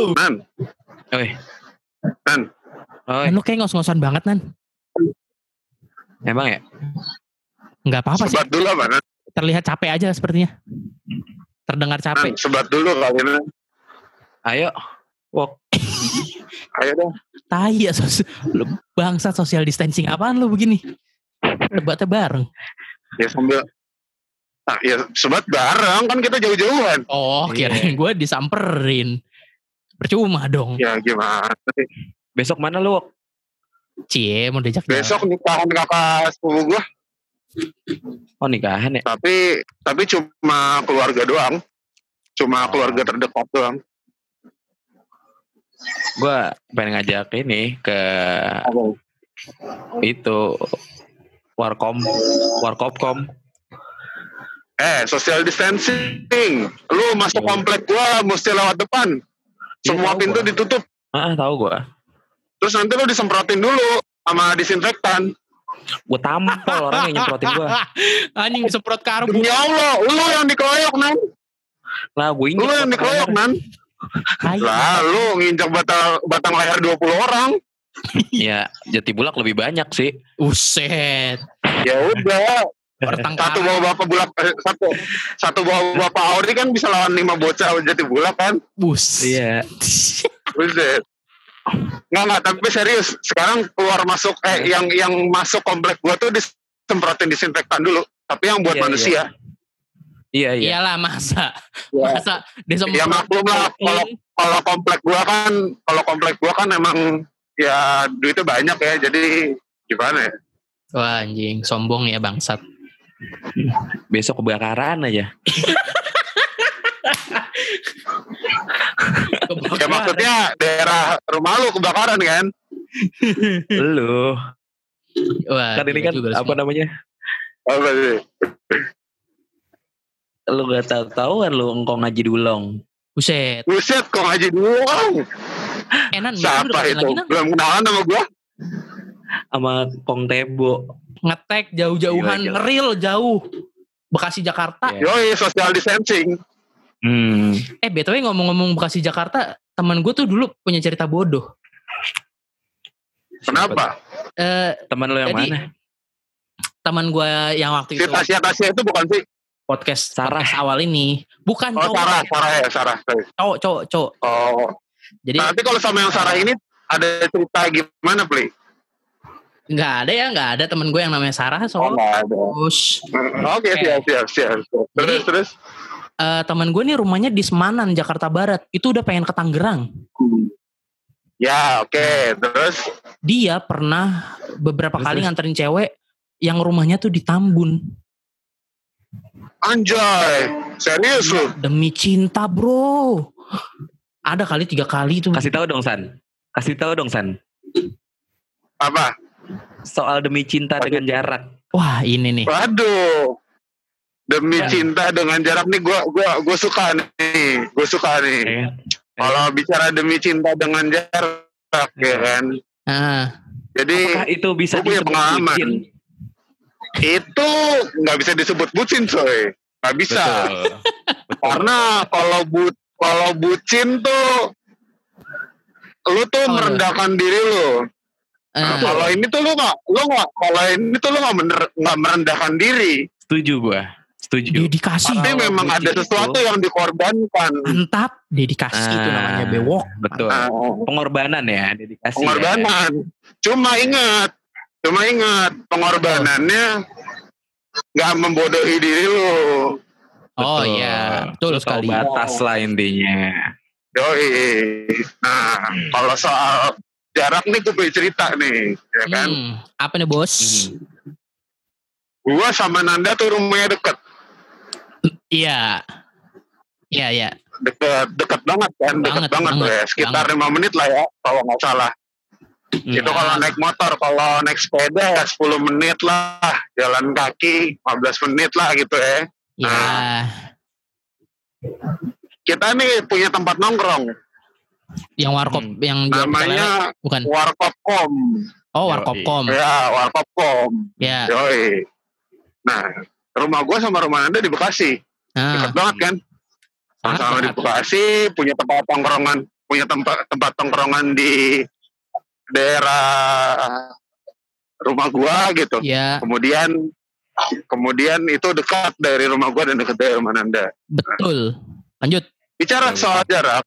Nan. Oi. Nan. Oi. Lu kayak ngos-ngosan banget, Nan. Emang ya? Enggak apa-apa sih. Sebat dulu apa, Nan? Terlihat capek aja sepertinya. Terdengar capek. Nan, sebat dulu kali Nan. Ayo. Walk. Ayo dong. Tai ya, lu bangsat social distancing apaan lu begini? Debatnya bareng. Ya sambil. Nah, ya sebat bareng kan kita jauh-jauhan. Oh, kirain gue disamperin. Percuma dong. Ya gimana sih? Besok mana lu? Walk? Cie, mau diajak Besok nikahan kakak sepupu gue. Oh, nikahan ya? Tapi cuma keluarga doang. Cuma keluarga terdekat doang. Gue pengen ngajak ini ke itu Warkopkom. Social distancing. Lu masuk komplek gua mesti lewat depan. Semua pintu ditutup. Tahu gue. Terus nanti lu disemprotin dulu sama disinfektan. Gue tampol orang yang nyemprotin gue. Anjing disemprot karbu. Demi Allah, lu yang dikeroyok, Nan. Lah gue injek. Lu yang dikeroyok, Nan. Lah lu nginjak batang leher 20 orang. Ya, Jatibulak lebih banyak sih. Uset. Ya udah. Pertengkaran. Satu bawa bapak Audi kan bisa lawan 5 bocah Jatibulak kan. Bus. Iya. Buset. Nggak, tapi serius. Sekarang keluar masuk yang masuk komplek gua tuh disemprotin disinfektan dulu. Tapi yang buat manusia. Iya. Iyalah masa disemprot. Ya maklum lah kalau komplek gua kan emang ya duitnya banyak ya. Jadi gimana ya? Wah anjing, sombong ya bangsat. Besok kebakaran aja. Ya maksudnya daerah rumah lu kebakaran kan? Lu. Wah, Kan ini kan apa namanya? Apa sih? Lu gak tahu kan lu engkau ngaji dulong. Buset kok ngaji doang. Nan, Siapa itu? Belum kenalan sama gua. Sama Kong Tebo. Ngetek jauh-jauhan, real jauh. Bekasi Jakarta. Yoi, social distancing. BTW ngomong-ngomong Bekasi Jakarta, teman gue tuh dulu punya cerita bodoh. Kenapa? Teman lu yang mana? Teman gue yang waktu itu. Si Tasya itu bukan sih? Podcast Sarah awal ini. Bukan Sarah. Cowok. Oh. Jadi nanti kalau sama yang Sarah ini ada cerita gimana, Pli? Nggak ada temen gue yang namanya Sarah soalnya. Oke, siap. Terus. Temen gue nih rumahnya di Semanan, Jakarta Barat. Itu udah pengen ke Tangerang. Ya, oke. Terus? Dia pernah beberapa kali nganterin cewek yang rumahnya tuh di Tambun. Anjay, serius lu? Demi cinta, bro. Ada kali 3 kali tuh. Kasih tahu dong San. Apa? Soal demi cinta dengan jarak. Wah, ini nih. Waduh. Demi cinta dengan jarak nih gue suka nih. Kalau bicara demi cinta dengan jarak ya kan. Jadi apakah itu bisa disebut pengalaman? Bucin? Itu nggak bisa disebut bucin, coy. Nggak bisa. Betul. Karena kalau bucin tuh lu tuh merendahkan diri lu. Kalau ini tuh lu nggak merendahkan diri. Setuju gue. Dedikasi. Tapi memang ada sesuatu yang dikorbankan. Mantap, dedikasi itu namanya bewok. Betul. Pengorbanan ya, dedikasi. Pengorbanan. Ya. Cuma ingat pengorbanannya nggak membodohi diri lu. Oh iya, betul sekali. Batas lah intinya. Yoi. Nah, kalau soal jarak nih gue punya cerita nih, ya kan? Apa nih bos? Gua sama Nanda tuh rumahnya deket. Iya. Deket banget kan, deket banget ya. Sekitar 5 menit lah ya, kalau nggak salah. Itu kalau naik motor, kalau naik sepeda ya 10 menit lah, jalan kaki 15 menit lah gitu ya. Nah, kita nih punya tempat nongkrong. Yang warkop, yang namanya bukan Warkopkom. Oh, Warkopkom. Ya, Warkopkom. Ya. Yoi. Nah, rumah gue sama rumah Anda di Bekasi. Dekat banget kan? Sama-sama di Bekasi, punya tempat tongkrongan punya tempat tongkrongan di daerah rumah gua gitu. Ya, Kemudian itu dekat dari rumah gua dan dekat dari rumah Nanda. betul. Lanjut. Bicara soal jarak,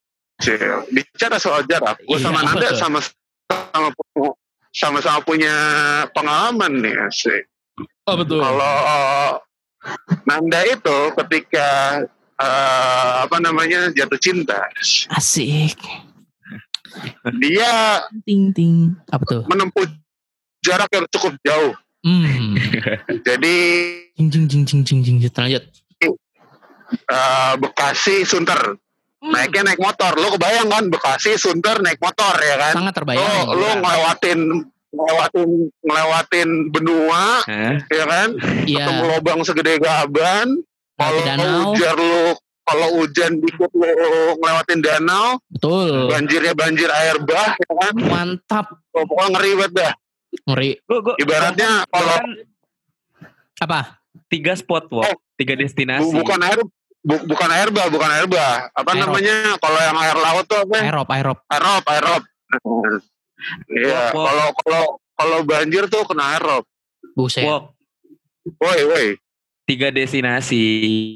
gua Iya, sama apa Nanda tuh? sama-sama punya pengalaman nih sih. Oh, betul. Kalau Nanda itu ketika jatuh cinta, Asik. dia Ting ting. Apa tuh? menempuh jarak yang cukup jauh. Jadi Jing jing jing jing jing jing. Lanjut. Bekasi Sunter. Naiknya naik motor. Lo kebayang kan Bekasi Sunter naik motor ya kan? Sangat terbayang. Lo ngelewatin benua ya kan? Iya. Ketemu lubang segede gaban. Kalau hujan dikit lo ngelewatin danau. Betul. Banjirnya banjir air bah ya kan? Mantap. Pokoknya ngeri banget dah. Ngeri. Ibaratnya kalau Apa? 3 spot walk, 3 destinasi. bukan air bah. Apa Aerop. namanya? Kalau yang air laut tuh apa? Aerop. Aerop. Iya, kalau banjir tuh kena aerop. Buset. Walk Woi. 3 destinasi.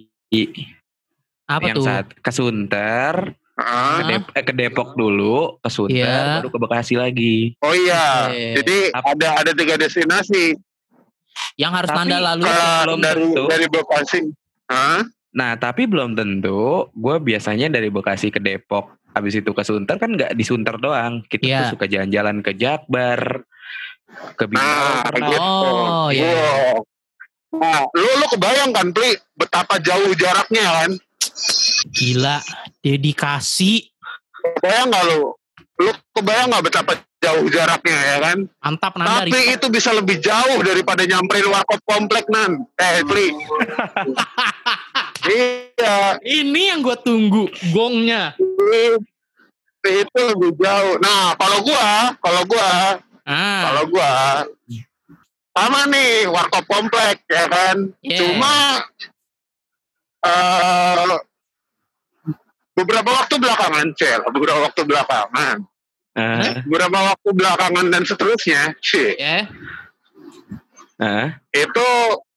Apa yang tuh? saat ke Sunter, Ah. ke Depok dulu, ke Sunter, Iya. baru ke Bekasi lagi. Oh iya. Oke. Jadi ada 3 destinasi. Yang harus Tapi Nanda lalui. belum tentu. Dari Bekasi. Hah? Nah, tapi belum tentu. Gue biasanya dari Bekasi ke Depok, habis itu ke Sunter kan nggak di Sunter doang. Kita Iya. tuh suka jalan-jalan ke Jakbar, ke Bintaro. Gitu. Oh, iya. Wow. Nah, lu kebayang kan, Pli, betapa jauh jaraknya kan? Gila. Dedikasi. Kebayang nggak lu? Lu kebayang nggak betapa jauh jaraknya ya kan? Mantap Nanda. Tapi itu bisa lebih jauh daripada nyamperin warkop komplek nan. Pli. Iya. Ini yang gue tunggu. Gongnya. Itu lebih jauh. Nah, kalau gua sama nih warkop komplek ya kan. Yeah. Cuma beberapa waktu belakangan dan seterusnya sih. Ya. Itu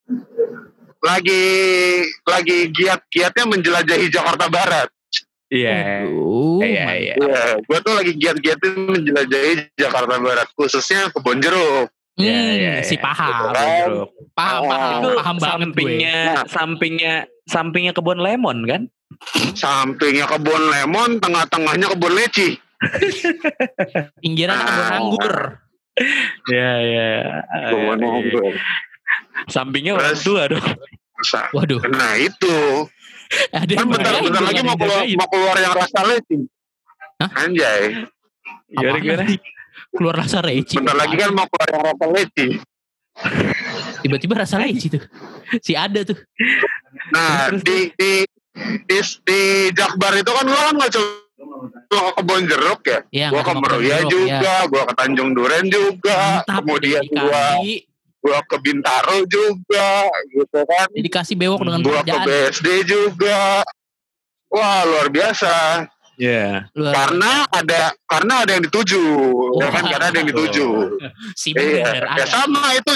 lagi giat-giatnya menjelajahi Jakarta Barat. Iya. Iya. Gue tuh lagi giat-giatnya menjelajahi Jakarta Barat, khususnya Kebonjeruk. Si paham. Paham banget gue. Sampingnya kebun lemon kan? Sampingnya kebun lemon, tengah-tengahnya kebun leci. Pinggiran kebun anggur. Iya. Kebun anggur. Sampingnya orang tua dong. Waduh. Nah itu. Ada Kan bentar lagi mau keluar yang rasa leci. Hah? Anjay. Gimana? Keluar rasa leci. Bentar lagi kan mau keluar yang rasa leci. Tiba-tiba rasa leci tuh. Si ada tuh. Nah di Jakbar itu kan lo kan nggak cuma ke Kebonjeruk ya. Iya, Gua ke Meruya juga, gua ke Tanjung Duren juga, Mantap, kemudian dedikasi. gua ke Bintaro juga, gitu kan. Dedikasi bewok dengan Gua ke pekerjaan. BSD juga. Wah luar biasa. Iya. Karena ada yang dituju, ya kan? Karena ada yang dituju. Si bener Ya sama itu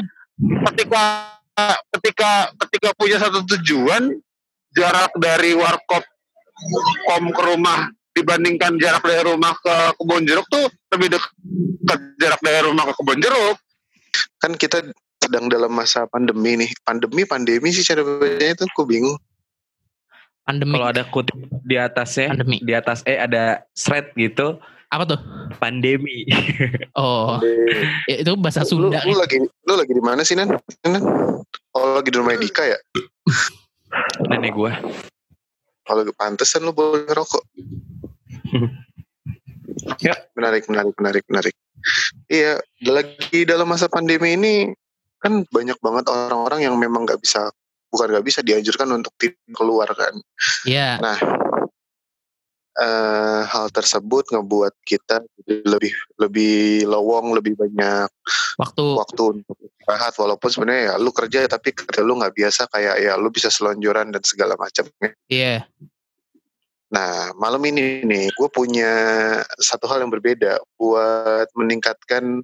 ketika punya satu tujuan, jarak dari warkop ke rumah dibandingkan jarak dari rumah ke Kebonjeruk tuh lebih dekat jarak dari rumah ke Kebonjeruk. Kan kita sedang dalam masa pandemi nih. Pandemi sih cara bacanya itu aku bingung. Pandemi. Kalau ada kutip di atasnya, Pandemi. di atas ada thread gitu, Apa tuh? pandemi. Oh, ya, itu bahasa Sunda. Lu lagi di mana sih, Nan? Oh, lagi di rumah Dika ya? Nenek gua. Kalau pantesan lu boleh ngerokok. Ya. Menarik. Iya, lagi dalam masa pandemi ini kan banyak banget orang-orang yang memang bukan nggak bisa dianjurkan untuk tidak keluar kan. Iya. Nah, hal tersebut ngebuat kita lebih lowong, lebih banyak Waktu. untuk istirahat. Walaupun sebenarnya ya lu kerja tapi kerja lu nggak biasa kayak ya lu bisa selonjoran dan segala macamnya. Iya. Nah, malam ini nih, gue punya satu hal yang berbeda buat meningkatkan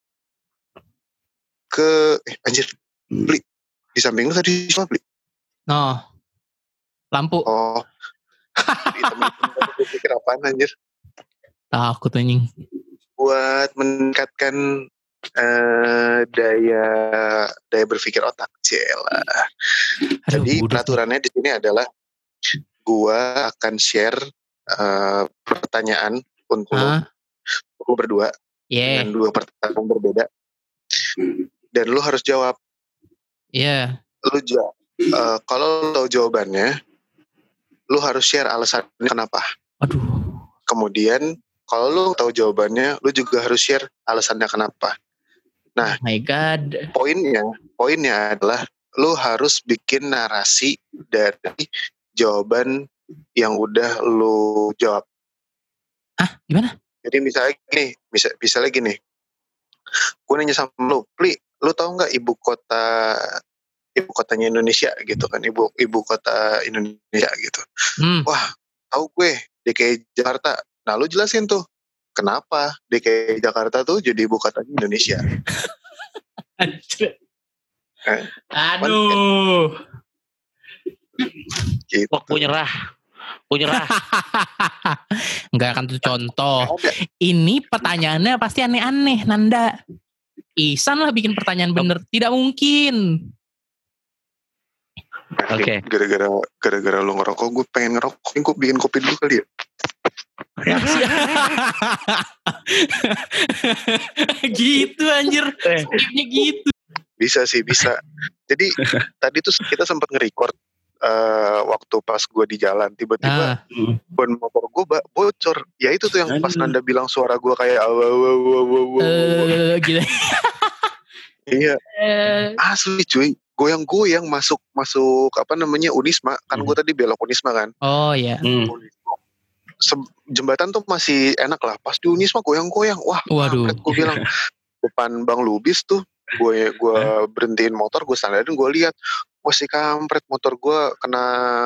anjir, beli di samping lu tadi siapa beli? Oh, lampu. Oh, di samping gue pikir apaan anjir? Takut anjing. Buat meningkatkan daya berpikir otak, Cela. Jadi peraturannya di sini adalah gua akan share pertanyaan untuk lu berdua dengan 2 pertanyaan berbeda, dan lu harus jawab. Iya. Lu jawab. Kalau lu tahu jawabannya, lu harus share alasannya kenapa. Aduh. Kemudian kalau lu tahu jawabannya, lu juga harus share alasannya kenapa. Nah, oh my God. Poinnya adalah lu harus bikin narasi dari jawaban yang udah lu jawab. Gimana? Jadi misalnya gini, gue nanya sama lu, lu tahu nggak ibu kotanya Indonesia gitu kan, ibu kota Indonesia gitu. Wah, tahu gue, DKI Jakarta. Nah, lu jelasin tuh kenapa DKI Jakarta tuh jadi ibu kota Indonesia. Aduh. Gitu. Wah, gue nyerah. Enggak akan tuh contoh. Ini pertanyaannya pasti aneh-aneh, Nanda. Ihsan lah bikin pertanyaan bener. Tidak mungkin. Oke. Gara-gara lu ngerokok, gue pengen ngerokok. Gue bikin kopi dulu kali ya. Gitu anjir. Skipnya gitu. Bisa. Jadi tadi tuh kita sempat nge-record waktu pas gue di jalan, tiba-tiba ban motor gue bocor. Ya itu tuh yang pas Nanda bilang suara gue kayak gila. Iya. Asli cuy, goyang-goyang masuk Unisma. Kan gue tadi belok Unisma kan. Oh iya. Jembatan tuh masih enak lah. Pas di Unisma goyang-goyang. Wah, waduh. Gue bilang depan Bang Lubis tuh, gue berhentiin motor, gue standarin, gue lihat, wah si kampret, motor gue kena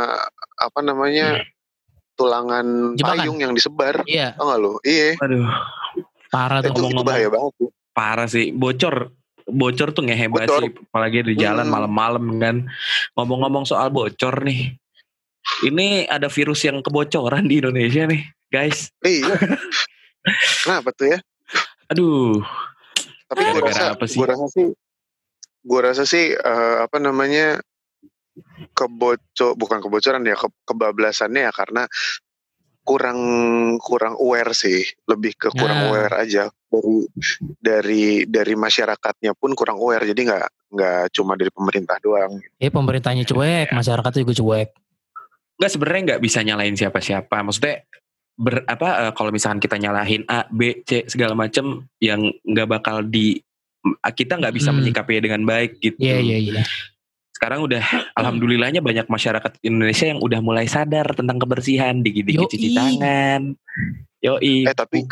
tulangan jebakan payung yang disebar. Iya. Tau gak lo? Iya. Aduh. Parah tuh. Itu bahaya banget tuh. Parah sih. Bocor tuh ngehebat sih. Apalagi di jalan malam-malam kan. Ngomong-ngomong soal bocor nih. Ini ada virus yang kebocoran di Indonesia nih, guys. Iya. Kenapa tuh ya? Aduh. Tapi gue rasa sih bukan kebocoran ya, kebablasannya ya, karena kurang aware sih, lebih ke kurang aware aja dari masyarakatnya pun kurang aware, jadi nggak cuma dari pemerintah doang. Pemerintahnya cuek, masyarakatnya juga cuek. Nggak, sebenarnya nggak bisa nyalain siapa-siapa, maksudnya kalau misalkan kita nyalahin A, B, C segala macam, yang nggak bakal kita nggak bisa menyikapinya dengan baik gitu. Iya. Sekarang udah alhamdulillahnya banyak masyarakat Indonesia yang udah mulai sadar tentang kebersihan, dikit-dikit cuci tangan. Tapi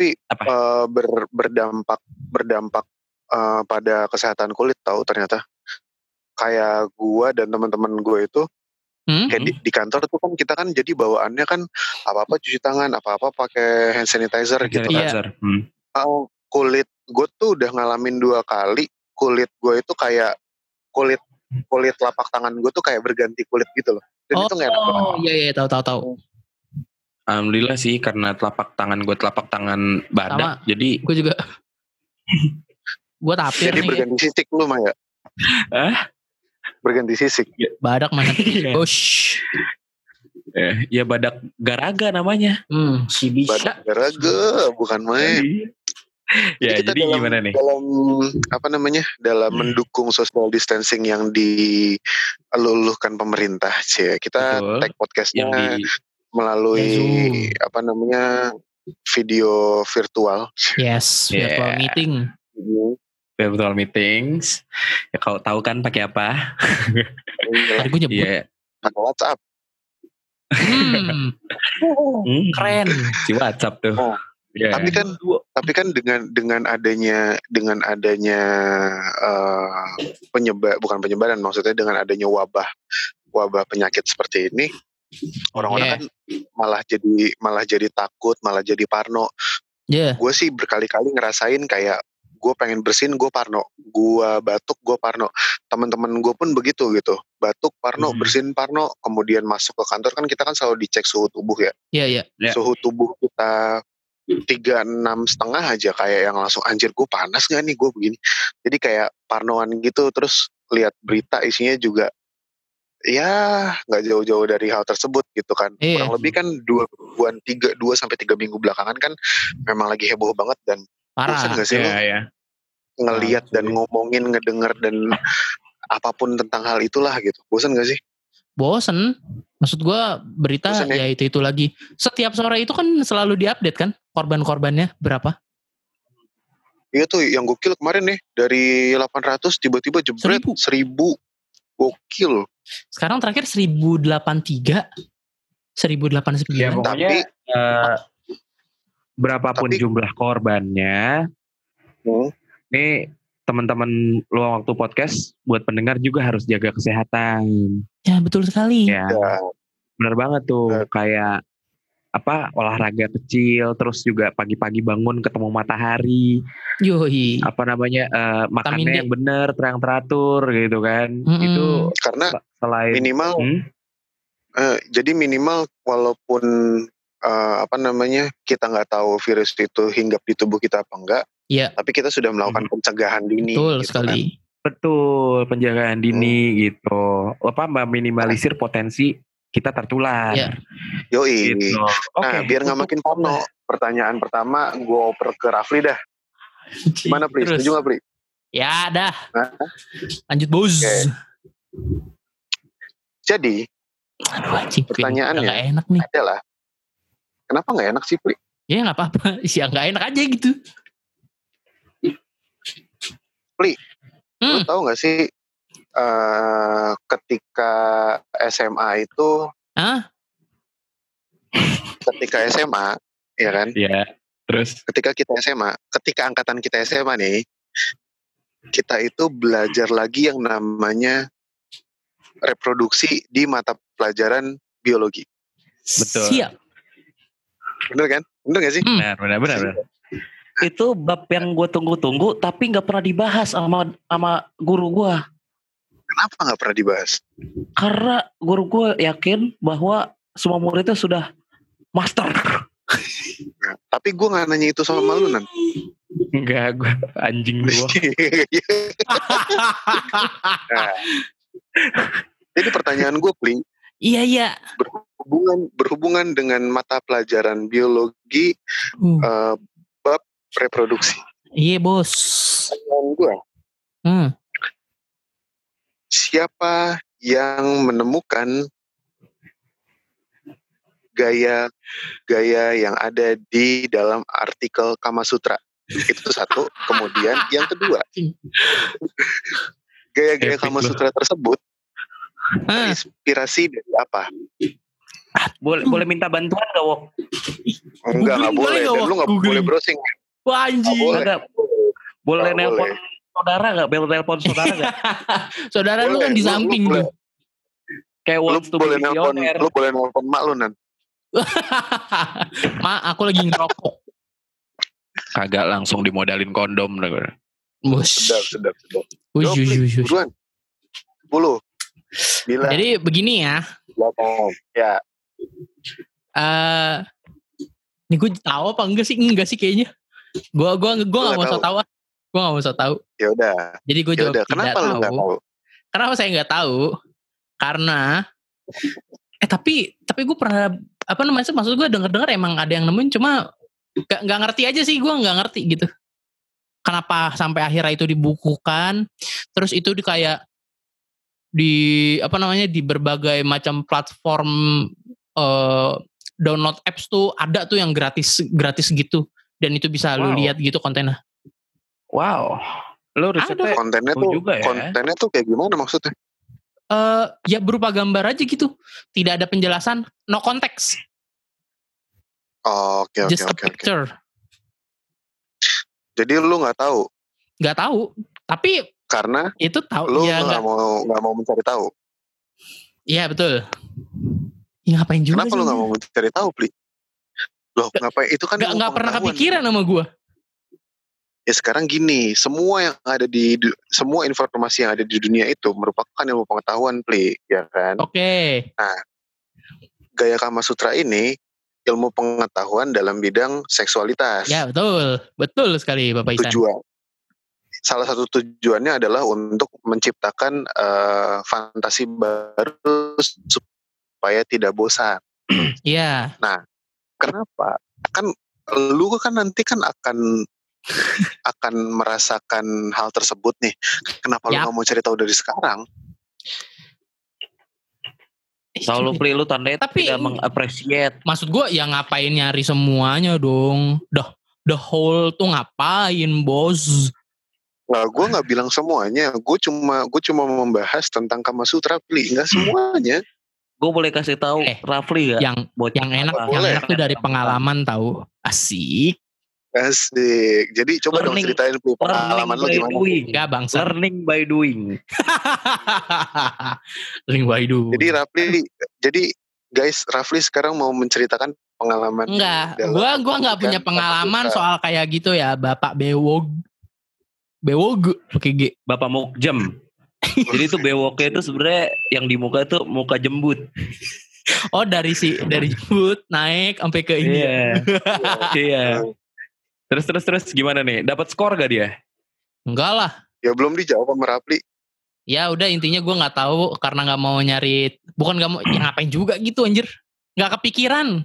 berdampak pada kesehatan kulit tahu ternyata. Kayak gua dan teman-teman gue itu kayak di kantor tuh kan kita kan jadi bawaannya kan apa-apa cuci tangan, apa-apa pakai hand sanitizer gitu kan. Kulit gue tuh udah ngalamin 2 kali, kulit gue itu kayak kulit telapak tangan gue tuh kayak berganti kulit gitu loh. Dan itu gak enak banget. Oh iya tahu. Alhamdulillah sih, karena telapak tangan badak. Sama. Jadi gue juga. Gue tapir jadi nih. Jadi berganti sisik lu Maya. Berganti sisik. Badak mana? Gosh. Ya badak garaga namanya. Si bisa. Badak garaga bukan main. Ya, jadi gimana nih? Dalam mendukung social distancing yang diluluhkan pemerintah, kita take podcastnya melalui video virtual. Yes, virtual meeting. Virtual meetings. Ya kalau tahu kan pakai apa? Tadi gue nyebut. Pakai WhatsApp. Keren. Si WhatsApp tuh. Yeah. Tapi kan dengan adanya bukan penyebaran, maksudnya dengan adanya wabah penyakit seperti ini, Orang-orang kan malah jadi takut, malah jadi parno. Gue sih berkali-kali ngerasain kayak gue pengen bersin, gue parno. Gue batuk, gue parno. Teman-teman gue pun begitu gitu. Batuk, parno, bersin, parno. Kemudian masuk ke kantor kan kita kan selalu dicek suhu tubuh ya. Iya. Suhu tubuh kita 36,5 aja kayak yang langsung anjir gue panas gak nih gue begini. Jadi kayak parnoan gitu. Terus lihat berita isinya juga ya nggak jauh-jauh dari hal tersebut gitu kan. Kurang lebih kan 2-3 minggu belakangan kan memang lagi heboh banget dan bosan gak sih lo ngelihat dan ngomongin, ngedenger dan apapun tentang hal itulah gitu. Bosan gak sih? Bosen. Maksud gue berita ya itu lagi. Setiap sore itu kan selalu diupdate kan korban-korbannya berapa? Iya tuh yang gokil kemarin nih dari 800 tiba-tiba jebret 1000. Gokil. Sekarang terakhir 1083, 1089. Ya pokoknya tapi, berapapun jumlah korbannya, nih teman-teman luang waktu podcast buat pendengar juga harus jaga kesehatan. Ya betul sekali. Ya. Benar banget tuh kayak olahraga kecil, terus juga pagi-pagi bangun ketemu matahari. Yoi. Makannya yang benar, terang teratur gitu kan. Itu karena selain minimal jadi minimal walaupun kita nggak tahu virus itu hinggap di tubuh kita apa enggak, tapi kita sudah melakukan pencegahan dini. Betul gitu sekali. Kan. Betul, penjagaan dini gitu. Meminimalisir potensi kita tertular. Yoi. Gitu. Nah, biar nggak makin parno. Pertanyaan pertama gue oper ke Rafli dah. Gimana Pri? Setuju nggak Pri? Ya dah. Lanjut bos. Jadi, pertanyaannya adalah, kenapa nggak enak sih Pri? Ya nggak apa-apa. Ya nggak enak aja gitu. Pri, lu tahu nggak sih? Ketika SMA itu ketika SMA ya kan terus ketika angkatan kita SMA nih, kita itu belajar lagi yang namanya reproduksi di mata pelajaran biologi. Betul. Siap. Bener kan? Bener gak sih? Bener. Itu bab yang gue tunggu-tunggu tapi gak pernah dibahas sama guru gue. Kenapa gak pernah dibahas? Karena guru gue yakin bahwa semua muridnya sudah master. Nah, tapi gue gak nanya itu sama lu Nan. Enggak, gue anjing gue. Nah, jadi pertanyaan gue Pli. Iya. Berhubungan dengan mata pelajaran biologi bab reproduksi. Iya bos. Pertanyaan gue. Siapa yang menemukan gaya yang ada di dalam artikel Kama Sutra? Itu satu. Kemudian yang kedua, gaya-gaya Kama Sutra tersebut terinspirasi dari apa? Boleh minta bantuan gak Wok? Enggak boleh. Dan lu gak boleh browsing. Wah anjing. Boleh nelpon saudara gak? Telepon saudara gak? Saudara lu kan di samping tuh. Kayak lu boleh nelpon mak lu Nan. Mak aku lagi ngerokok. Kagak langsung dimodalin kondom. Sedap. Buruan. 10. Jadi begini ya. Ya. Ini gue tahu apa enggak sih kayaknya. Gue nggak mau so tahu. Gue nggak mau so tahu. Ya udah. Jadi gue jawab tidak Kenapa lu nggak tahu? Kenapa saya nggak tahu? Karena tapi gue pernah maksud gue dengar emang ada yang nemuin, cuma nggak ngerti aja sih, gue nggak ngerti gitu. Kenapa sampai akhirnya itu dibukukan? Terus itu di berbagai macam platform download apps tuh ada tuh yang gratis gitu, dan itu bisa lu lihat gitu kontennya. Wow, lu risetnya kontennya tuh kayak gimana maksudnya? Ya berupa gambar aja gitu, tidak ada penjelasan, no konteks. Oke. Just a picture. Jadi lu nggak tahu? Nggak tahu, tapi karena itu tahu lu ya nggak mau mencari tahu. Iya betul. Ya ngapain juga Kenapa lu gak mau cari tahu, Pli? Loh ngapain? Itu kan Gak pernah kepikiran sama gue. Ya sekarang gini, semua informasi yang ada di dunia itu merupakan ilmu pengetahuan, Pli, ya kan? Oke. Nah, gaya Kama Sutra ini ilmu pengetahuan dalam bidang seksualitas. Ya betul sekali Bapak Isan. Salah satu tujuannya adalah untuk menciptakan fantasi baru supaya tidak bosan. Iya. Nah, kenapa? Kan lu kan nanti kan akan merasakan hal tersebut nih. Kenapa lu gak mau cari tahu dari sekarang? Selalu Pli, lu tandanya tapi tidak mengapresiat. Maksud gue ya ngapain nyari semuanya dong. The whole tuh ngapain bos? Nah, gue gak bilang semuanya. Gue cuma membahas tentang Kama Sutra, Pli. Gak semuanya. Gue boleh kasih tahu Rafli gak? Yang enak tuh dari pengalaman tahu. Asik. Jadi coba dong ceritain pengalaman lo gimana. Enggak bangsa. Learning by doing. Learning by doing. Jadi Rafli sekarang mau menceritakan pengalaman. Enggak, gua enggak punya pengalaman soal kayak gitu ya, Bapak Bewog pakai G. Bapak Mukjem. Jadi itu bewoknya itu sebenarnya yang di muka itu muka jembut. Oh dari jembut naik sampai ke ini. Iya. Terus gimana nih? Dapat skor gak dia? Enggak lah. Ya belum dijawab sama Rafli. Ya udah intinya gue nggak tahu karena nggak mau nyari, bukan nggak mau, ya ngapain juga gitu anjir. Nggak kepikiran.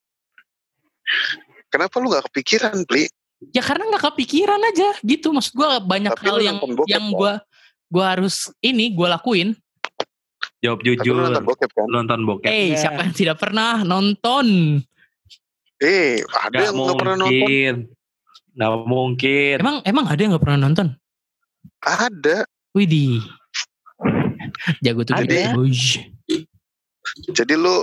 Kenapa lu nggak kepikiran, Pli? Ya karena nggak kepikiran aja gitu. Maksud gue banyak hal yang gue harus gue lakuin. Jawab jujur. Lu nonton bokep kan? Nonton bokep. Siapa yang tidak pernah nonton? Ada yang nggak pernah nonton. Nggak mungkin. Emang ada yang nggak pernah nonton? Ada. Widih. Jago tuh gede. Jadi lu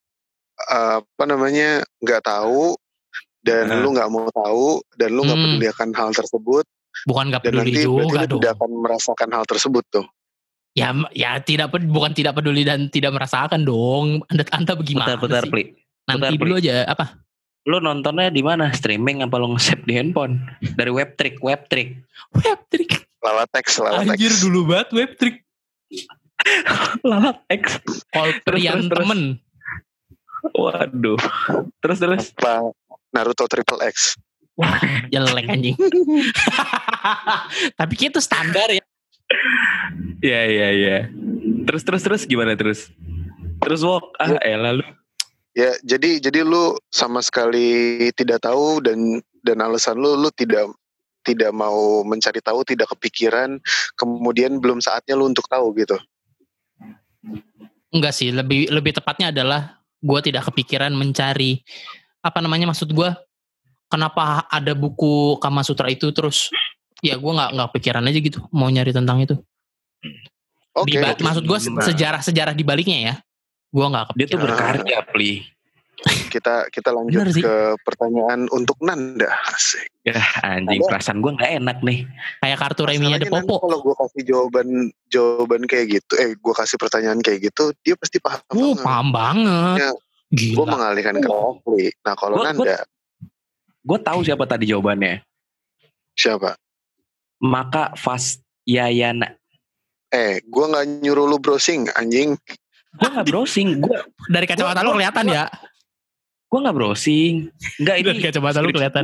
nggak tahu dan lu nggak mau tahu dan lu nggak peduli akan hal tersebut. Bukan nggak peduli juga dong. Tidak akan merasakan hal tersebut tuh. Ya bukan tidak peduli dan tidak merasakan dong. Anda bagaimana? Bentar, Pli. Nanti dulu aja apa? Lu nontonnya di mana? Streaming apa lu nge-save di handphone? Dari Webtrick. Lalatex. Anjir dulu banget Webtrick. Lalatex. Call prian temen. Waduh. Terus. Apa? Naruto Triple X. Wah, jelek anjing. Tapi itu standar ya. Iya. Terus gimana terus? Terus walk. Lalu. Ya, jadi lu sama sekali tidak tahu dan alasan lu tidak mau mencari tahu, tidak kepikiran, kemudian belum saatnya lu untuk tahu gitu. Enggak sih, lebih tepatnya adalah gue tidak kepikiran mencari maksud gue kenapa ada buku Kama Sutra itu terus ya gue nggak kepikiran aja gitu mau nyari tentang itu. Oke. Maksud gue sejarah di baliknya ya. Gue nggak kepikiran. Dia tuh berkarya, Pli. Kita lanjut ke pertanyaan untuk Nanda. Asik. Ya anjing, perasaan gue nggak enak nih. Kayak kartu reminya The Popo. Kalau gue kasih jawaban kayak gitu, gue kasih pertanyaan kayak gitu, dia pasti paham banget. Paham banget. Ya, gue mengalihkan ke Rafli. Nah kalau Nanda, gue tahu siapa tadi jawabannya. Siapa? Maka Fasyayana. Gue nggak nyuruh lu browsing, anjing. Gue nggak browsing. Gue dari kacamata lu kelihatan ya. Gue nggak browsing. Enggak ini. Dari kacamata lu kelihatan.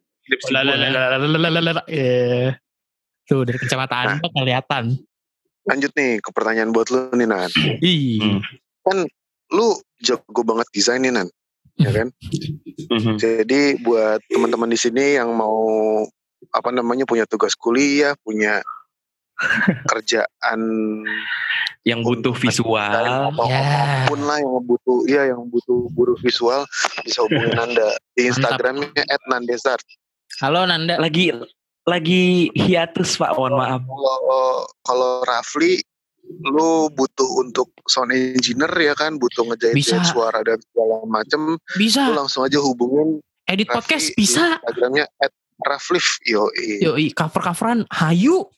Tuh dari kacamata Anda kelihatan. Lanjut nih ke pertanyaan buat lu nih Nan. Kan lu jago banget desain nih Nan, ya kan? Jadi buat teman-teman di sini yang mau punya tugas kuliah, punya kerjaan yang butuh visual atau apapun lah yang butuh buruh visual, bisa hubungin Nanda di Instagramnya @nandesart. Halo Nanda. Lagi hiatus Pak, mohon maaf. Kalau Rafli, lu butuh untuk sound engineer ya kan, butuh ngejahit suara dan segala macem. Bisa. Lu langsung aja hubungin edit Rafli podcast bisa. Instagramnya @raflif. Yoi, cover-coveran hayu.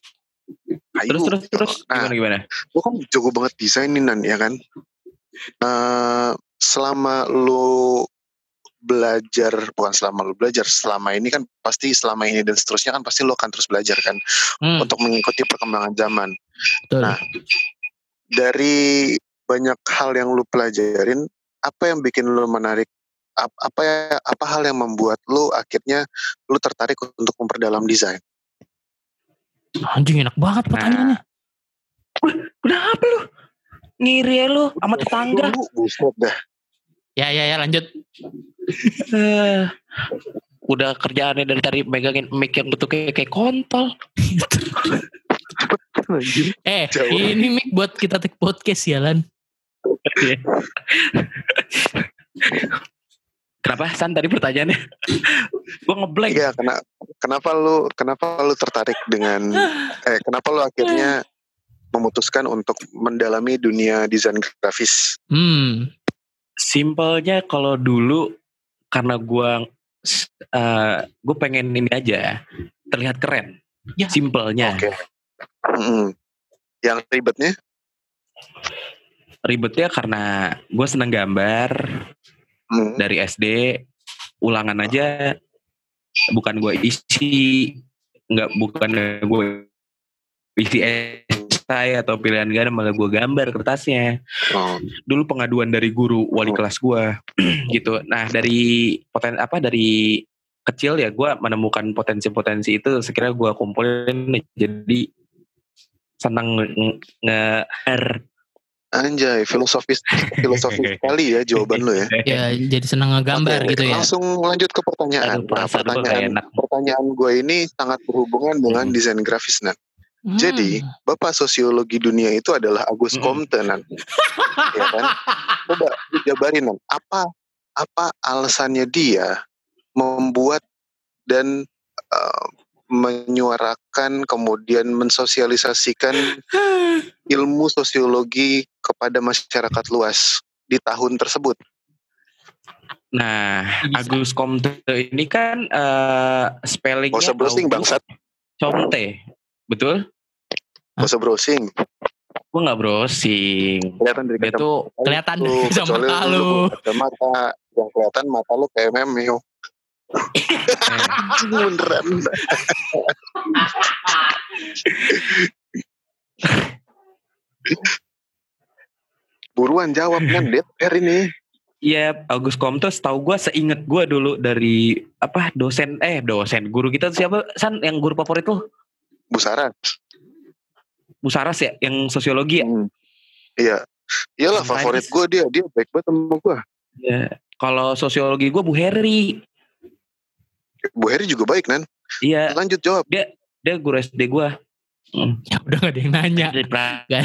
Terus gimana? Lu kan jago banget desain nih Nan, ya kan? selama lu belajar, bukan selama lu belajar, selama ini kan pasti, selama ini dan seterusnya kan pasti lu akan terus belajar kan untuk mengikuti perkembangan zaman. Betul. Nah, dari banyak hal yang lu pelajarin, apa yang bikin lu menarik? Apa hal yang membuat lu akhirnya lu tertarik untuk memperdalam desain? Anjing, enak banget pertanyaannya. Kenapa lu? Ngiri lu sama tetangga. Buset dah. Ya lanjut. Udah kerjaannya dari tadi megangin mic yang bentuknya kayak kontol. Ini mic buat kita take podcast ya, Lan. Kenapa San tadi pertanyaannya? Gue ngeblank. Iya, kenapa lu tertarik dengan kenapa lu akhirnya memutuskan untuk mendalami dunia desain grafis? Simpelnya kalau dulu karena gue pengen ini aja, terlihat keren. Ya. Simpelnya. Oke. Yang ribetnya? Ribetnya karena gue seneng gambar dari SD, ulangan aja bukan gue isi, bukan gue isi esai atau pilihan ganda, malah gue gambar kertasnya. Dulu pengaduan dari guru wali kelas gue gitu. Nah dari dari kecil ya gue menemukan potensi-potensi itu, sekiranya gue kumpulin jadi senang Anjay, filosofis sekali ya jawaban lu ya. Ya, jadi senang ngegambar gitu ya. Langsung lanjut ke pertanyaan. Pertanyaan gue ini sangat berhubungan dengan desain grafis, Nan. Jadi, Bapak Sosiologi Dunia itu adalah Agus Comte, Nan. Ya kan? Coba dijabarin, Nan. Apa alasannya dia membuat dan menyuarakan, kemudian mensosialisasikan ilmu sosiologi kepada masyarakat luas di tahun tersebut? Nah, Agus Comte ini kan spellingnya gak usah browsing bangsat. Comte, betul? Gak usah browsing. Gue gak browsing. Kelihatan dari dia tuh kelihatan sama mata lu. Mata yang kelihatan mata lu kayak meme. Beneran. Buruan jawab kan, DPR ini. Iya, Agus Comte setahu gue, seinget gue dulu dari dosen guru kita siapa San, yang guru favorit lu? Bu Saras ya, yang sosiologi ya? Iya. Iyalah favorit gue, dia baik banget sama gue. Ya, kalau sosiologi gue Bu Heri. Bu Heri juga baik, Nan. Iya. Lanjut jawab. Dia guru SD gue. Ya udah gak ada yang nanya. Gak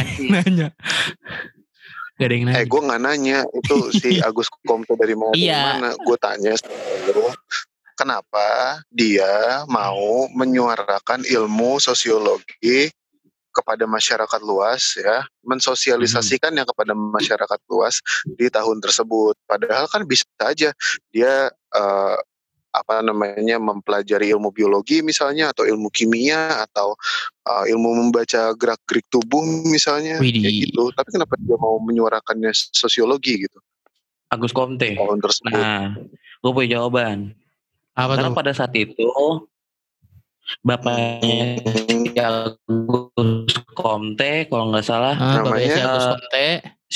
ada yang nanya. Gue gak nanya itu si Agus Comte dari mana. Gue tanya kenapa dia mau menyuarakan ilmu sosiologi kepada masyarakat luas, ya, mensosialisasikannya kepada masyarakat luas di tahun tersebut. Padahal kan bisa aja dia mempelajari ilmu biologi misalnya, atau ilmu kimia, atau ilmu membaca gerak-gerik tubuh misalnya, kayak gitu. Tapi kenapa dia mau menyuarakannya sosiologi gitu? Agus Comte. Tahun tersebut. Nah, gue punya jawaban. Karena pada saat itu bapaknya Agus Comte, kalau nggak salah, namanya Agus Comte.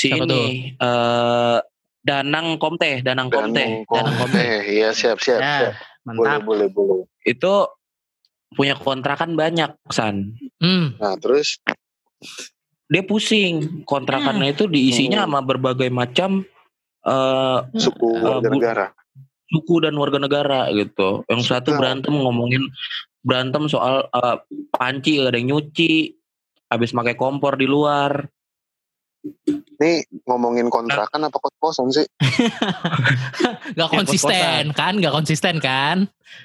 Danang Comte. Iya, siap. Ya, mantap. Boleh. Itu punya kontrakan banyak, San. Nah, terus dia pusing. Kontrakannya itu diisinya sama berbagai macam suku warga negara. Suku dan warga negara gitu. Yang satu berantem soal panci gak ada yang nyuci, habis pakai kompor di luar. Nih ngomongin kontrakan apa kos-kosan sih? Gak konsisten kan?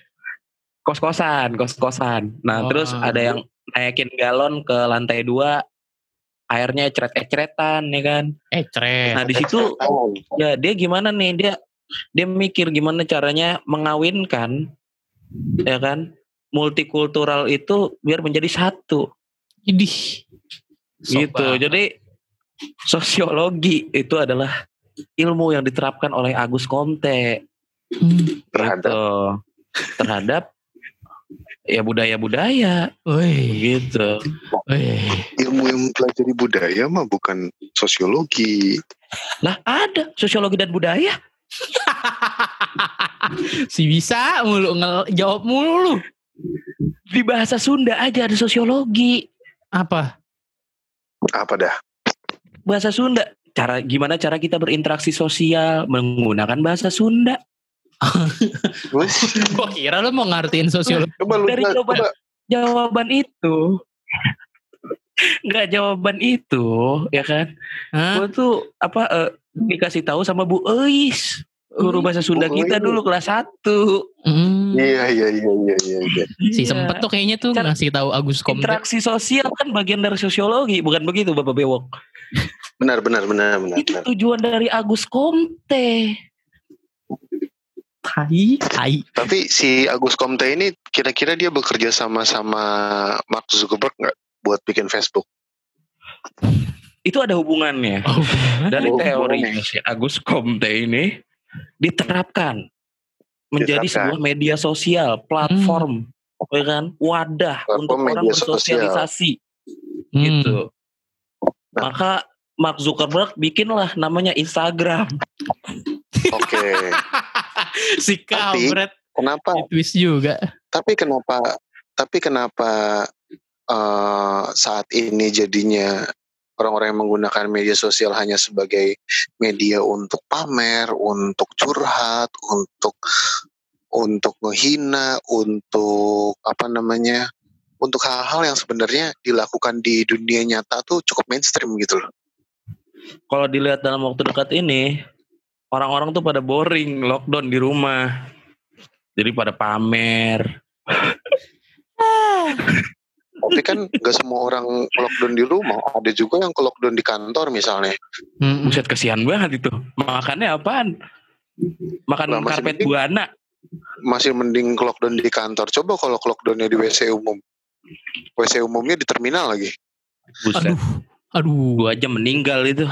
Kos-kosan. Nah, terus ada yang naikin galon ke lantai 2, airnya ecret-ecretan, ya kan? Nah, di situ ya dia gimana nih? Dia mikir gimana caranya mengawinkan, ya kan, multikultural itu biar menjadi satu. Idih. Gitu. Jadi sosiologi itu adalah ilmu yang diterapkan oleh Agus Comte terhadap ya budaya-budaya. Gitu. Ilmu yang mempelajari budaya mah bukan sosiologi. Lah ada sosiologi dan budaya. Si bisa mulu jawab mulu lu. Di bahasa Sunda aja ada sosiologi. Apa dah? Bahasa Sunda. Gimana cara kita berinteraksi sosial menggunakan bahasa Sunda. Gua kira lu mau ngartiin sosiologi. Dari jawaban itu. Enggak jawaban itu, ya kan? Gue tuh dikasih tahu sama Bu Eis, guru bahasa Sunda kita dulu kelas 1. Iya. Si sempet tuh kayaknya tuh ngasih tahu Agus Comte. Interaksi sosial kan bagian dari sosiologi, bukan begitu Bapak Bewok? Benar. Itu tujuan dari Agus Comte. Hai. Tapi si Agus Comte ini kira-kira dia bekerja sama Mark Zuckerberg nggak buat bikin Facebook? Itu ada hubungannya. Dari teorinya si Agus Comte ini diterapkan menjadi sebuah media sosial, platform, kan, wadah untuk orang bersosialisasi. Gitu. Maka Mark Zuckerberg bikinlah namanya Instagram. Oke. Si kampret. Kenapa? Twist juga. Tapi kenapa saat ini jadinya orang-orang yang menggunakan media sosial hanya sebagai media untuk pamer, untuk curhat, untuk menghina, untuk untuk hal-hal yang sebenarnya dilakukan di dunia nyata tuh cukup mainstream gitu loh. Kalau dilihat dalam waktu dekat ini, orang-orang tuh pada boring lockdown di rumah, jadi pada pamer. Tapi kan gak semua orang lockdown di rumah, ada juga yang ke lockdown di kantor misalnya. Buset, kesian banget itu. Makannya apaan? Makan karpet buana. Masih mending ke lockdown di kantor. Coba kalau ke lockdownnya di WC umum. WC umumnya di terminal lagi. Buset. Aduh. 2 jam meninggal itu.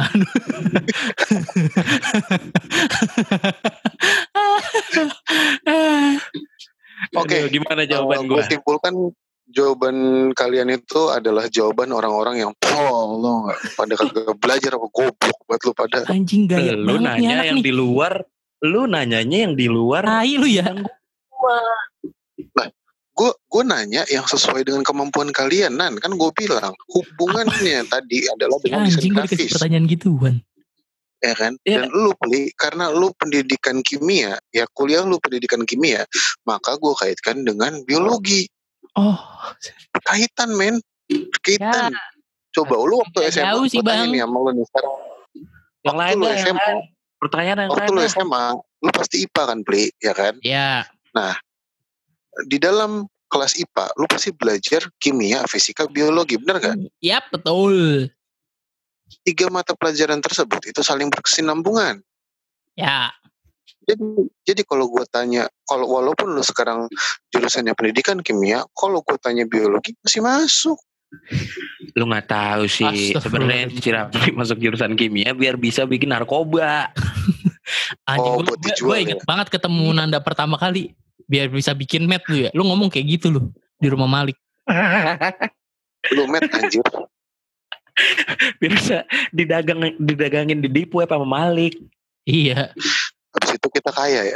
Oke, gimana jawaban gue? Gue simpulkan jawaban kalian itu adalah jawaban orang-orang yang lo nggak pada kagak belajar apa goblok buat lu pada. Anjing gaya lu nanya yang nih. Di luar, lu nanyanya yang di luar. Tai lu ya. Nah, gue nanya yang sesuai dengan kemampuan kalian, kan gue bilang hubungannya tadi adalah dengan desain grafis. Anjing pertanyaan gituan. Ya kan? Dan lu karena lu pendidikan kimia, ya kuliah lu pendidikan kimia, maka gue kaitkan dengan biologi. Oh, kaitan men. Ya. Coba lu waktu SMA jauh sih bang. Ini sama lu nih sekarang. Yang lain lah, SMA. Pertanyaan yang waktu lu SMA, lu pasti IPA kan, Pli, ya kan? Iya. Nah, di dalam kelas IPA, lu pasti belajar kimia, fisika, biologi, benar gak? Iya, betul. 3 mata pelajaran tersebut itu saling berkesinambungan. Ya. Jadi kalau gue tanya, walaupun lu sekarang jurusannya pendidikan kimia, kalau gue tanya biologi masih masuk. Lu nggak tahu sih sebenarnya si Raffi masuk jurusan kimia biar bisa bikin narkoba. Anjing, gue inget banget ketemu Nanda pertama kali biar bisa bikin met lu ya. Lu ngomong kayak gitu lu di rumah Malik. Lu met anjir. Biar bisa didagangin di Dipu apa sama Malik. Iya. Habis itu kita kaya ya.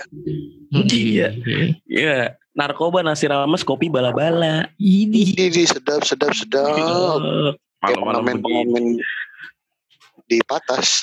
Iya. Narkoba, nasi rames, kopi bala-bala. Ini sedap. Malam-malam pengamen di patas.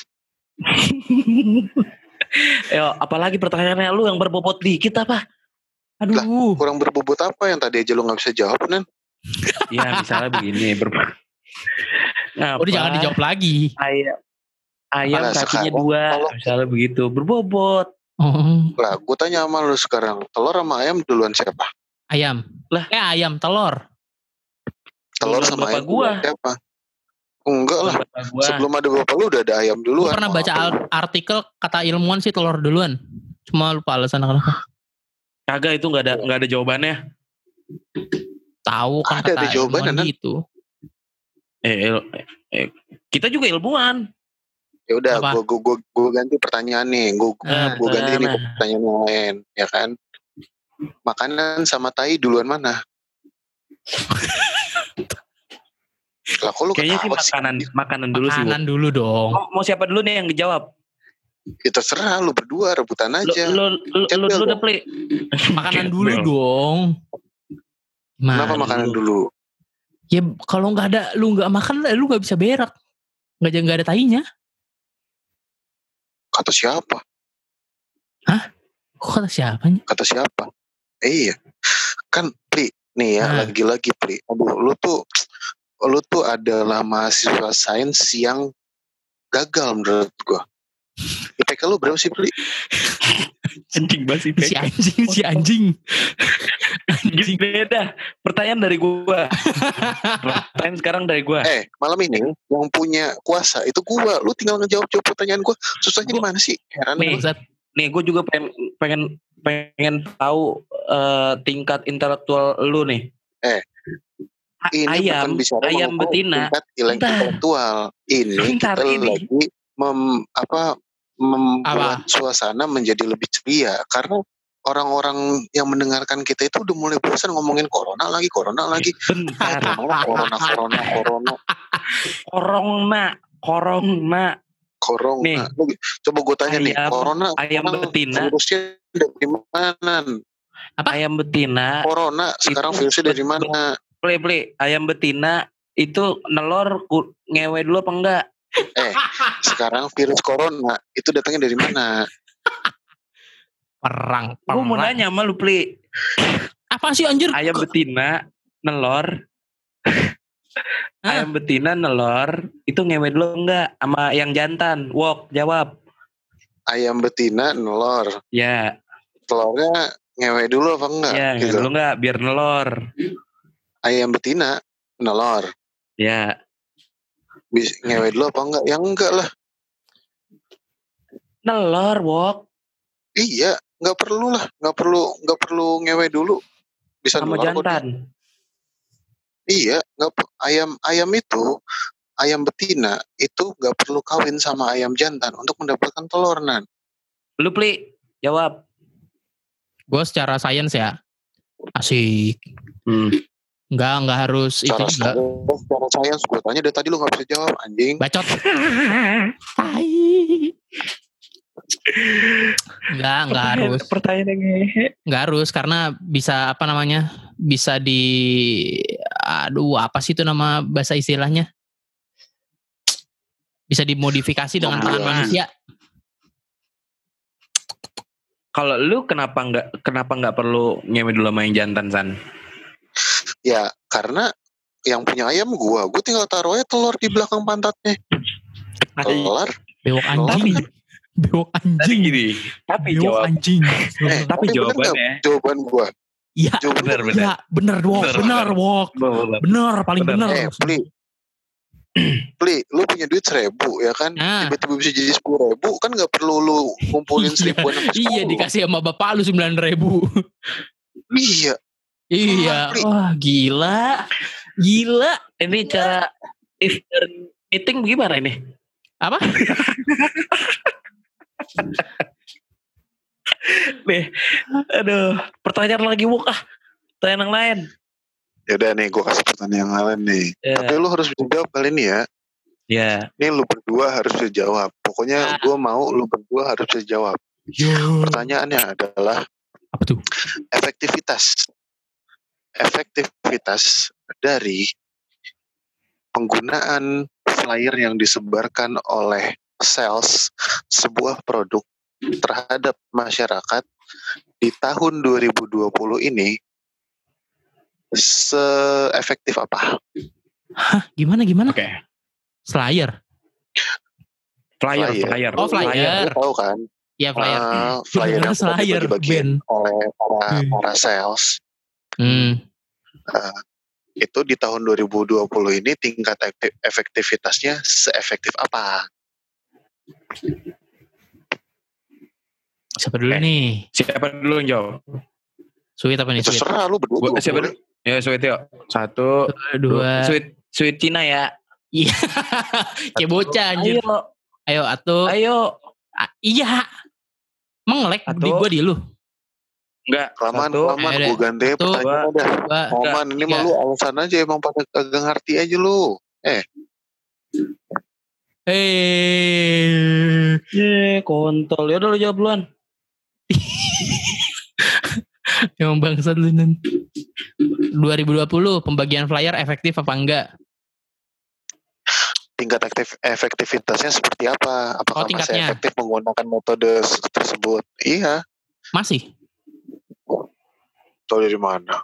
Yo, apalagi pertanyaannya lu yang berbobot dikit apa? Aduh. Lah, kurang berbobot apa yang tadi aja lu gak bisa jawab, Nan? Ya, misalnya begini. Udah jangan dijawab lagi. Ayam kakinya 2, misalnya begitu. Berbobot. Lah, gue tanya sama lu sekarang, telur sama ayam duluan siapa? Ayam. Lah, ayam, telur. Telur sama ayam duluan siapa? Enggak lah. Sebelum ada bapak lu udah ada ayam duluan. Gue pernah baca artikel kata ilmuwan sih telur duluan. Cuma lupa alasan kenapa. Kagak, itu enggak ada jawabannya. Tahu kan ada jawabannya gitu. Kita juga ilmuwan. Ya udah, Apa? gue ganti pertanyaan nih. Gue ganti nih ke pertanyaan yang lain, ya kan? Makanan sama tai duluan mana? Lah kok lu Kayaknya sih ketawa makanan dulu sih. Makanan dulu dong. Mau siapa dulu nih yang dijawab? Ya terserah lu berdua, rebutan aja. Lu dulu deh, Pli. Makanan dulu dong. Kenapa makanan dulu? Ya kalau nggak ada, lu nggak makan, lu nggak bisa berak. Nggak ada tainya. Kata siapa? Hah? Kok kata siapanya? Kata siapa? Iya. Kan Pri, nih ya, lagi-lagi Pri. Aduh, lu tuh adalah mahasiswa sains yang gagal menurut gua. IPK lu berapa sih, Pri? Anjing banget IPK. Si anjing. Anjing beda. Pertanyaan dari gua. Pertanyaan sekarang dari gua. Malam ini yang punya kuasa itu gua. Lu tinggal ngejawab pertanyaan gua. Susahnya di mana sih? Heran nih gua juga pengen tahu tingkat intelektual lu nih. Ini ayam betina. Tingkat intelektual. Ini kita lagi membuat suasana menjadi lebih ceria karena orang-orang yang mendengarkan kita itu udah mulai bosan ngomongin corona lagi. Bentar. Corona. Nih, coba gue tanya nih, corona ayam betina virusnya dari mana? Apa? Ayam betina corona sekarang virusnya dari mana? Play ayam betina itu nelor ngewe dulu apa enggak? Sekarang virus corona itu datangnya dari mana? Perang. Gue mau nanya sama lu, Pli. Apa sih anjir? Ayam betina nelor. Ayam betina nelor itu ngewe dulu enggak sama yang jantan? Wok, jawab. Ayam betina nelor. Ya. Telurnya ngewe dulu apa enggak? Ya, ngewe dulu enggak biar nelor. Ayam betina nelor. Ya. Ngewe dulu apa enggak? Ya enggak lah. Nelor, Wok. Iya, enggak perlu lah. Enggak perlu ngewe dulu. Bisa sama nelor jantan. Iya, ayam itu, ayam betina itu enggak perlu kawin sama ayam jantan untuk mendapatkan telur, Nan. Lu, Pli, jawab. Gue secara sains ya. Asik. Enggak harus itu juga. Secara sains gue tanya dari tadi lu gak bisa jawab, anjing. Bacot. Enggak harus. Pertanyaan enggak harus karena bisa bisa apa sih itu nama bahasa istilahnya? Bisa dimodifikasi dengan tangan manusia. Kalau lu kenapa nggak perlu ngewe dulu sama yang jantan, San? Ya karena yang punya ayam gue tinggal taruh aja telur di belakang pantatnya. Telur. Bewok anjing. Bewok anjing. Gini. Tapi bewok jawab anjing. Tapi jawabannya. Jawaban gue. Iya. Bener Wok. Bener paling bener. Pli, lu punya duit 1.000 ya kan? Tiba-tiba bisa jadi 10.000 kan nggak perlu lu ngumpulin 1.000-an. Iya dikasih sama bapak lu 9.000. Iya. Wah gila. Ini cara eating gimana ini? Apa? Nih, aduh, pertanyaan lagi Wok pertanyaan yang lain. Yaudah nih, gue kasih pertanyaan yang lain nih. Tapi lu harus bisa jawab kali ini ya. Ya. Ini lu berdua harus bisa jawab. Pokoknya gue mau lu berdua harus bisa jawab. Pertanyaannya adalah apa tuh? Efektivitas dari penggunaan flyer yang disebarkan oleh sales sebuah produk terhadap masyarakat di tahun 2020 ini seefektif apa? Hah? Gimana? Oke. Flyer. Oh, flyer. Lu tahu kan? Ya, flyer. Flyer yang dibagi-bagiin oleh para sales. Itu di tahun 2020 ini tingkat efektivitasnya seefektif apa? Siapa dulu nih? Siapa dulu yang jawab? Sweet apa nih? Terserah lu berdua. Siapa dulu? Ya Sweet yuk. 1, 2. Sweet Cina ya. Iya. Kayak bocah anjir. Ayo atuh. Ayo. Iya. Mengelek di gua di lu. Enggak. Kelamaan Ayo, gue ganti satu, pertanyaan dah. Dua, Momen ini mah lu alasan aja emang pada kagak ngerti aja lu. Kontol. Ya udah lu jawab duluan. Emang bangsat lu Nan. 2020 pembagian flyer efektif apa enggak? Tingkat efektivitasnya seperti apa? Apakah masih tingkatnya efektif menggunakan metode tersebut? Iya. Masih. Tahu dari mana?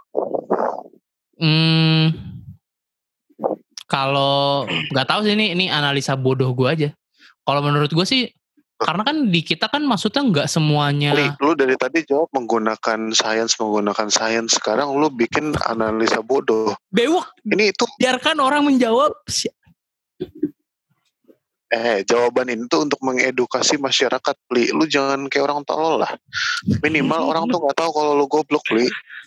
Kalau nggak tahu sih ini analisa bodoh gue aja. Kalau menurut gue sih, karena kan di kita kan maksudnya nggak semuanya. Lu dari tadi jawab menggunakan sains. Sekarang lu bikin analisa bodoh. Bewok. Ini itu. Biarkan orang menjawab. Jawaban ini tuh untuk mengedukasi masyarakat, Li. Lu jangan kayak orang tolol lah. Minimal orang tuh nggak tahu kalau lu goblok, Li.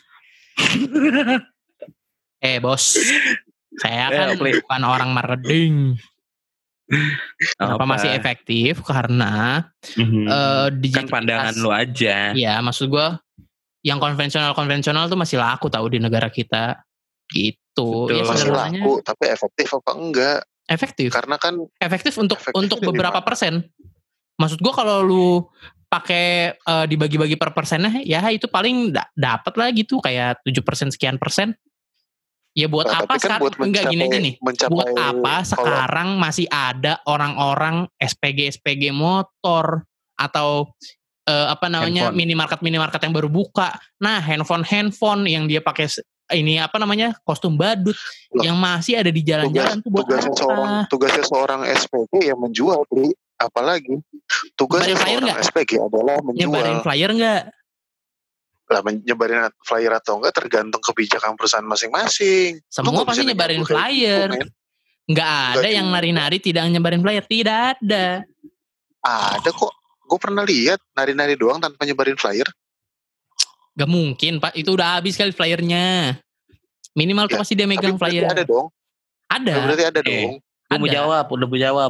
Bos. Saya kan bukan orang marketing. Kenapa masih efektif? Karena kan pandangan lu aja. Iya, maksud gue yang konvensional tuh masih laku tahu di negara kita. Gitu. Betul. Ya, masih laku, tapi efektif apa enggak? Efektif. Karena kan efektif untuk beberapa persen. Maksud gue kalau lu pakai dibagi-bagi per persennya, ya itu paling dapat lah gitu kayak 7% sekian persen. Ya buat apa kan sekarang enggak gini aja nih. Buat apa sekarang masih ada orang-orang SPG motor atau handphone. minimarket yang baru buka. Nah, handphone yang dia pakai ini kostum badut yang masih ada di jalan-jalan tuh buat tugasnya seorang SPG yang menjual, beli. Apalagi tugasnya seorang SPG adalah menjual. Nyebarin flyer enggak? Lah nyebarin flyer atau enggak tergantung kebijakan perusahaan masing-masing. Semua pasti nyebarin flyer. Enggak ada yang nari-nari tidak nyebarin flyer, tidak ada. Ada kok. Gue pernah lihat nari-nari doang tanpa nyebarin flyer. Gak mungkin Pak, itu udah habis kali flyernya. Minimal tuh pasti dia megang flyer. Ada dong. Ada. Berarti ada dong. Udah mau jawab.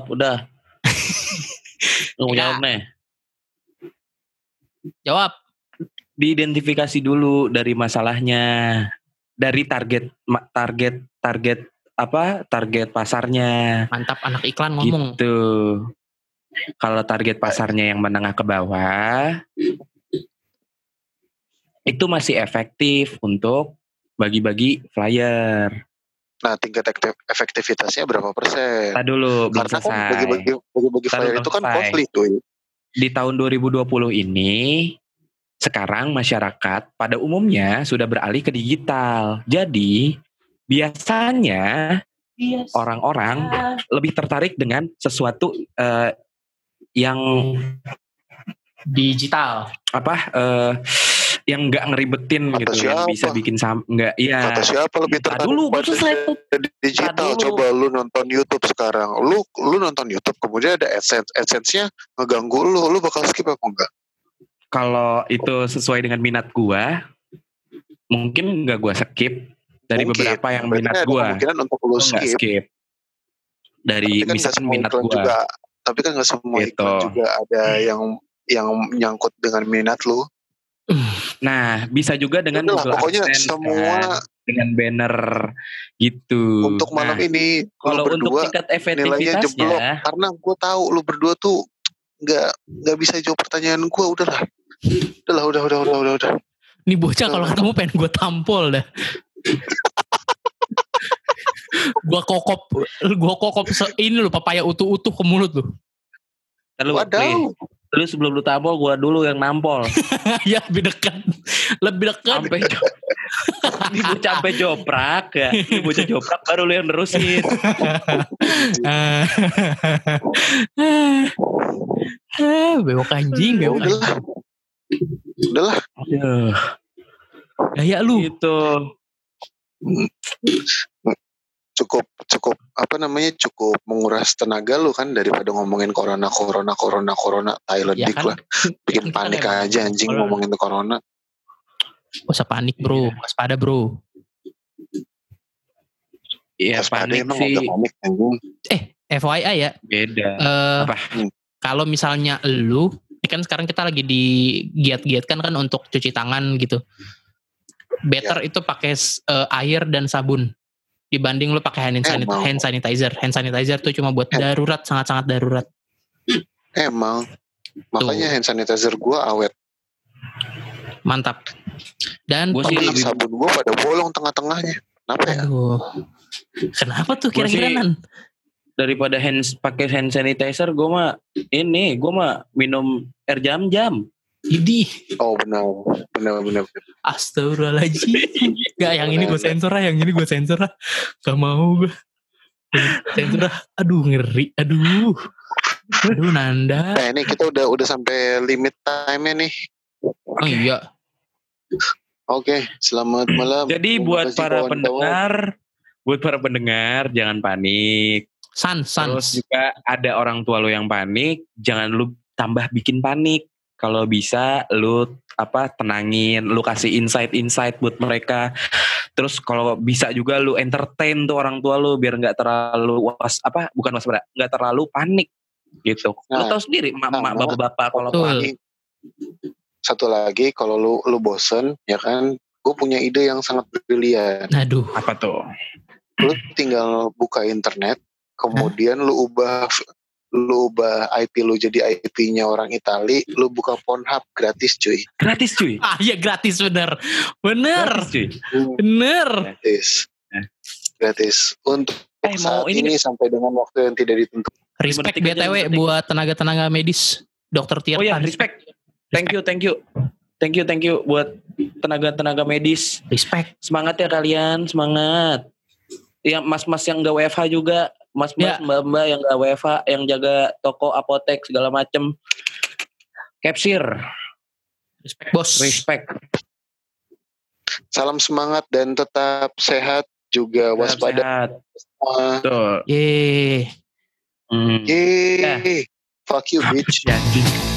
Lu mau jawab nih. Jawab. Diidentifikasi dulu dari masalahnya, dari target pasarnya. Mantap anak iklan ngomong. Gitu. Kalau target pasarnya yang menengah ke bawah, itu masih efektif untuk bagi-bagi flyer. Nah, tingkat efektivitasnya berapa persen? Tadi dulu, karena kan bagi-bagi flyer itu kan costly tuh. Di tahun 2020 ini, sekarang masyarakat pada umumnya sudah beralih ke digital. Jadi, biasanya orang-orang lebih tertarik dengan sesuatu yang digital. Yang nggak ngeribetin kata gitu, siapa? Yang bisa bikin nggak, iya. Kata siapa lebih tertarik digital? Coba lu nonton YouTube sekarang. Lu nonton YouTube, kemudian ada AdSense-nya ngeganggu lu bakal skip apa enggak? Kalau itu sesuai dengan minat gua, mungkin nggak gua skip. Dari beberapa yang minat gua, kemungkinan untuk lu skip. Dari kan misalkan minat gua. Juga, tapi kan nggak semua gitu. Iklan juga ada yang nyangkut dengan minat lu. Nah, bisa juga dengan Google AdSense, semua dengan banner gitu. Untuk malam ini, kalau untuk tingkat efektivitasnya, karena gue tahu lu berdua tuh nggak bisa jawab pertanyaan gue. Udah. Nih bocah kalau ketemu pengen gue tampol dah. Gue kokop ini lu papaya utuh-utuh ke mulut lu. Lu sebelum lu tampol, gue dulu yang nampol. Ya lebih dekat. Ini bocah sampai joprak ya. Ini bocah joprak baru lu yang nerusin. Bewok anjing. Udahlah. Gaya lu. Gitu. Cukup cukup menguras tenaga lu kan daripada ngomongin corona Thailand ya kan? Lah bikin panik aja anjing ngomongin corona. Usah panik bro, waspada bro. Iya panik sih. FYI ya. Beda. Apa? Kalau misalnya lu, kan sekarang kita lagi digiat-giatkan kan untuk cuci tangan gitu. Better itu pakai air dan sabun dibanding lu pakai hand sanitizer. Hand sanitizer tuh cuma buat darurat, sangat-sangat darurat. Emang. Makanya hand sanitizer gua awet. Mantap. Dan sabun gua pada bolong tengah-tengahnya. Kenapa ya? Aduh. Kenapa tuh kira-kira Nan? Daripada pakai hand sanitizer, gue mah minum air jam-jam. Idih. Oh benar. Astagfirullahaladzim. Gak, yang ini gue sensor lah, Gak mau gue. Sensor lah. Aduh ngeri. Aduh Nanda. Nah ini kita udah sampai limit time-nya nih. Oh iya. Oke, selamat malam. Jadi buat para pendengar jangan panik. Terus juga ada orang tua lo yang panik, jangan lu tambah bikin panik. Kalau bisa lu tenangin, lu kasih insight buat mereka. Terus kalau bisa juga lu entertain tuh orang tua lu biar nggak terlalu nggak terlalu panik gitu. Lu tahu sendiri mak bapak-bapak kalau panik. Satu lagi kalau lu bosen ya kan, gue punya ide yang sangat brilian. Aduh, apa tuh? Lu tinggal buka internet, kemudian lu ubah IP lu jadi IP-nya orang Itali, lu buka Pornhub gratis cuy. Gratis cuy. Iya gratis bener. Gratis cuy. Bener. Gratis. Untuk saat ini sampai dengan waktu yang tidak ditentukan. Respect BTW buat tenaga-tenaga medis, Dokter Tirta. Oh ya, respect. Thank you buat tenaga-tenaga medis. Respect. Semangat ya kalian, semangat. Yang mas-mas yang gak WFH juga, mas-mas mbak-mbak yang gak WFH, yang jaga toko apotek segala macem. Capsir. Respect bos. Respect. Salam semangat dan tetap sehat juga, waspada. Betul. Yeay. Yeay. Fuck you bitch.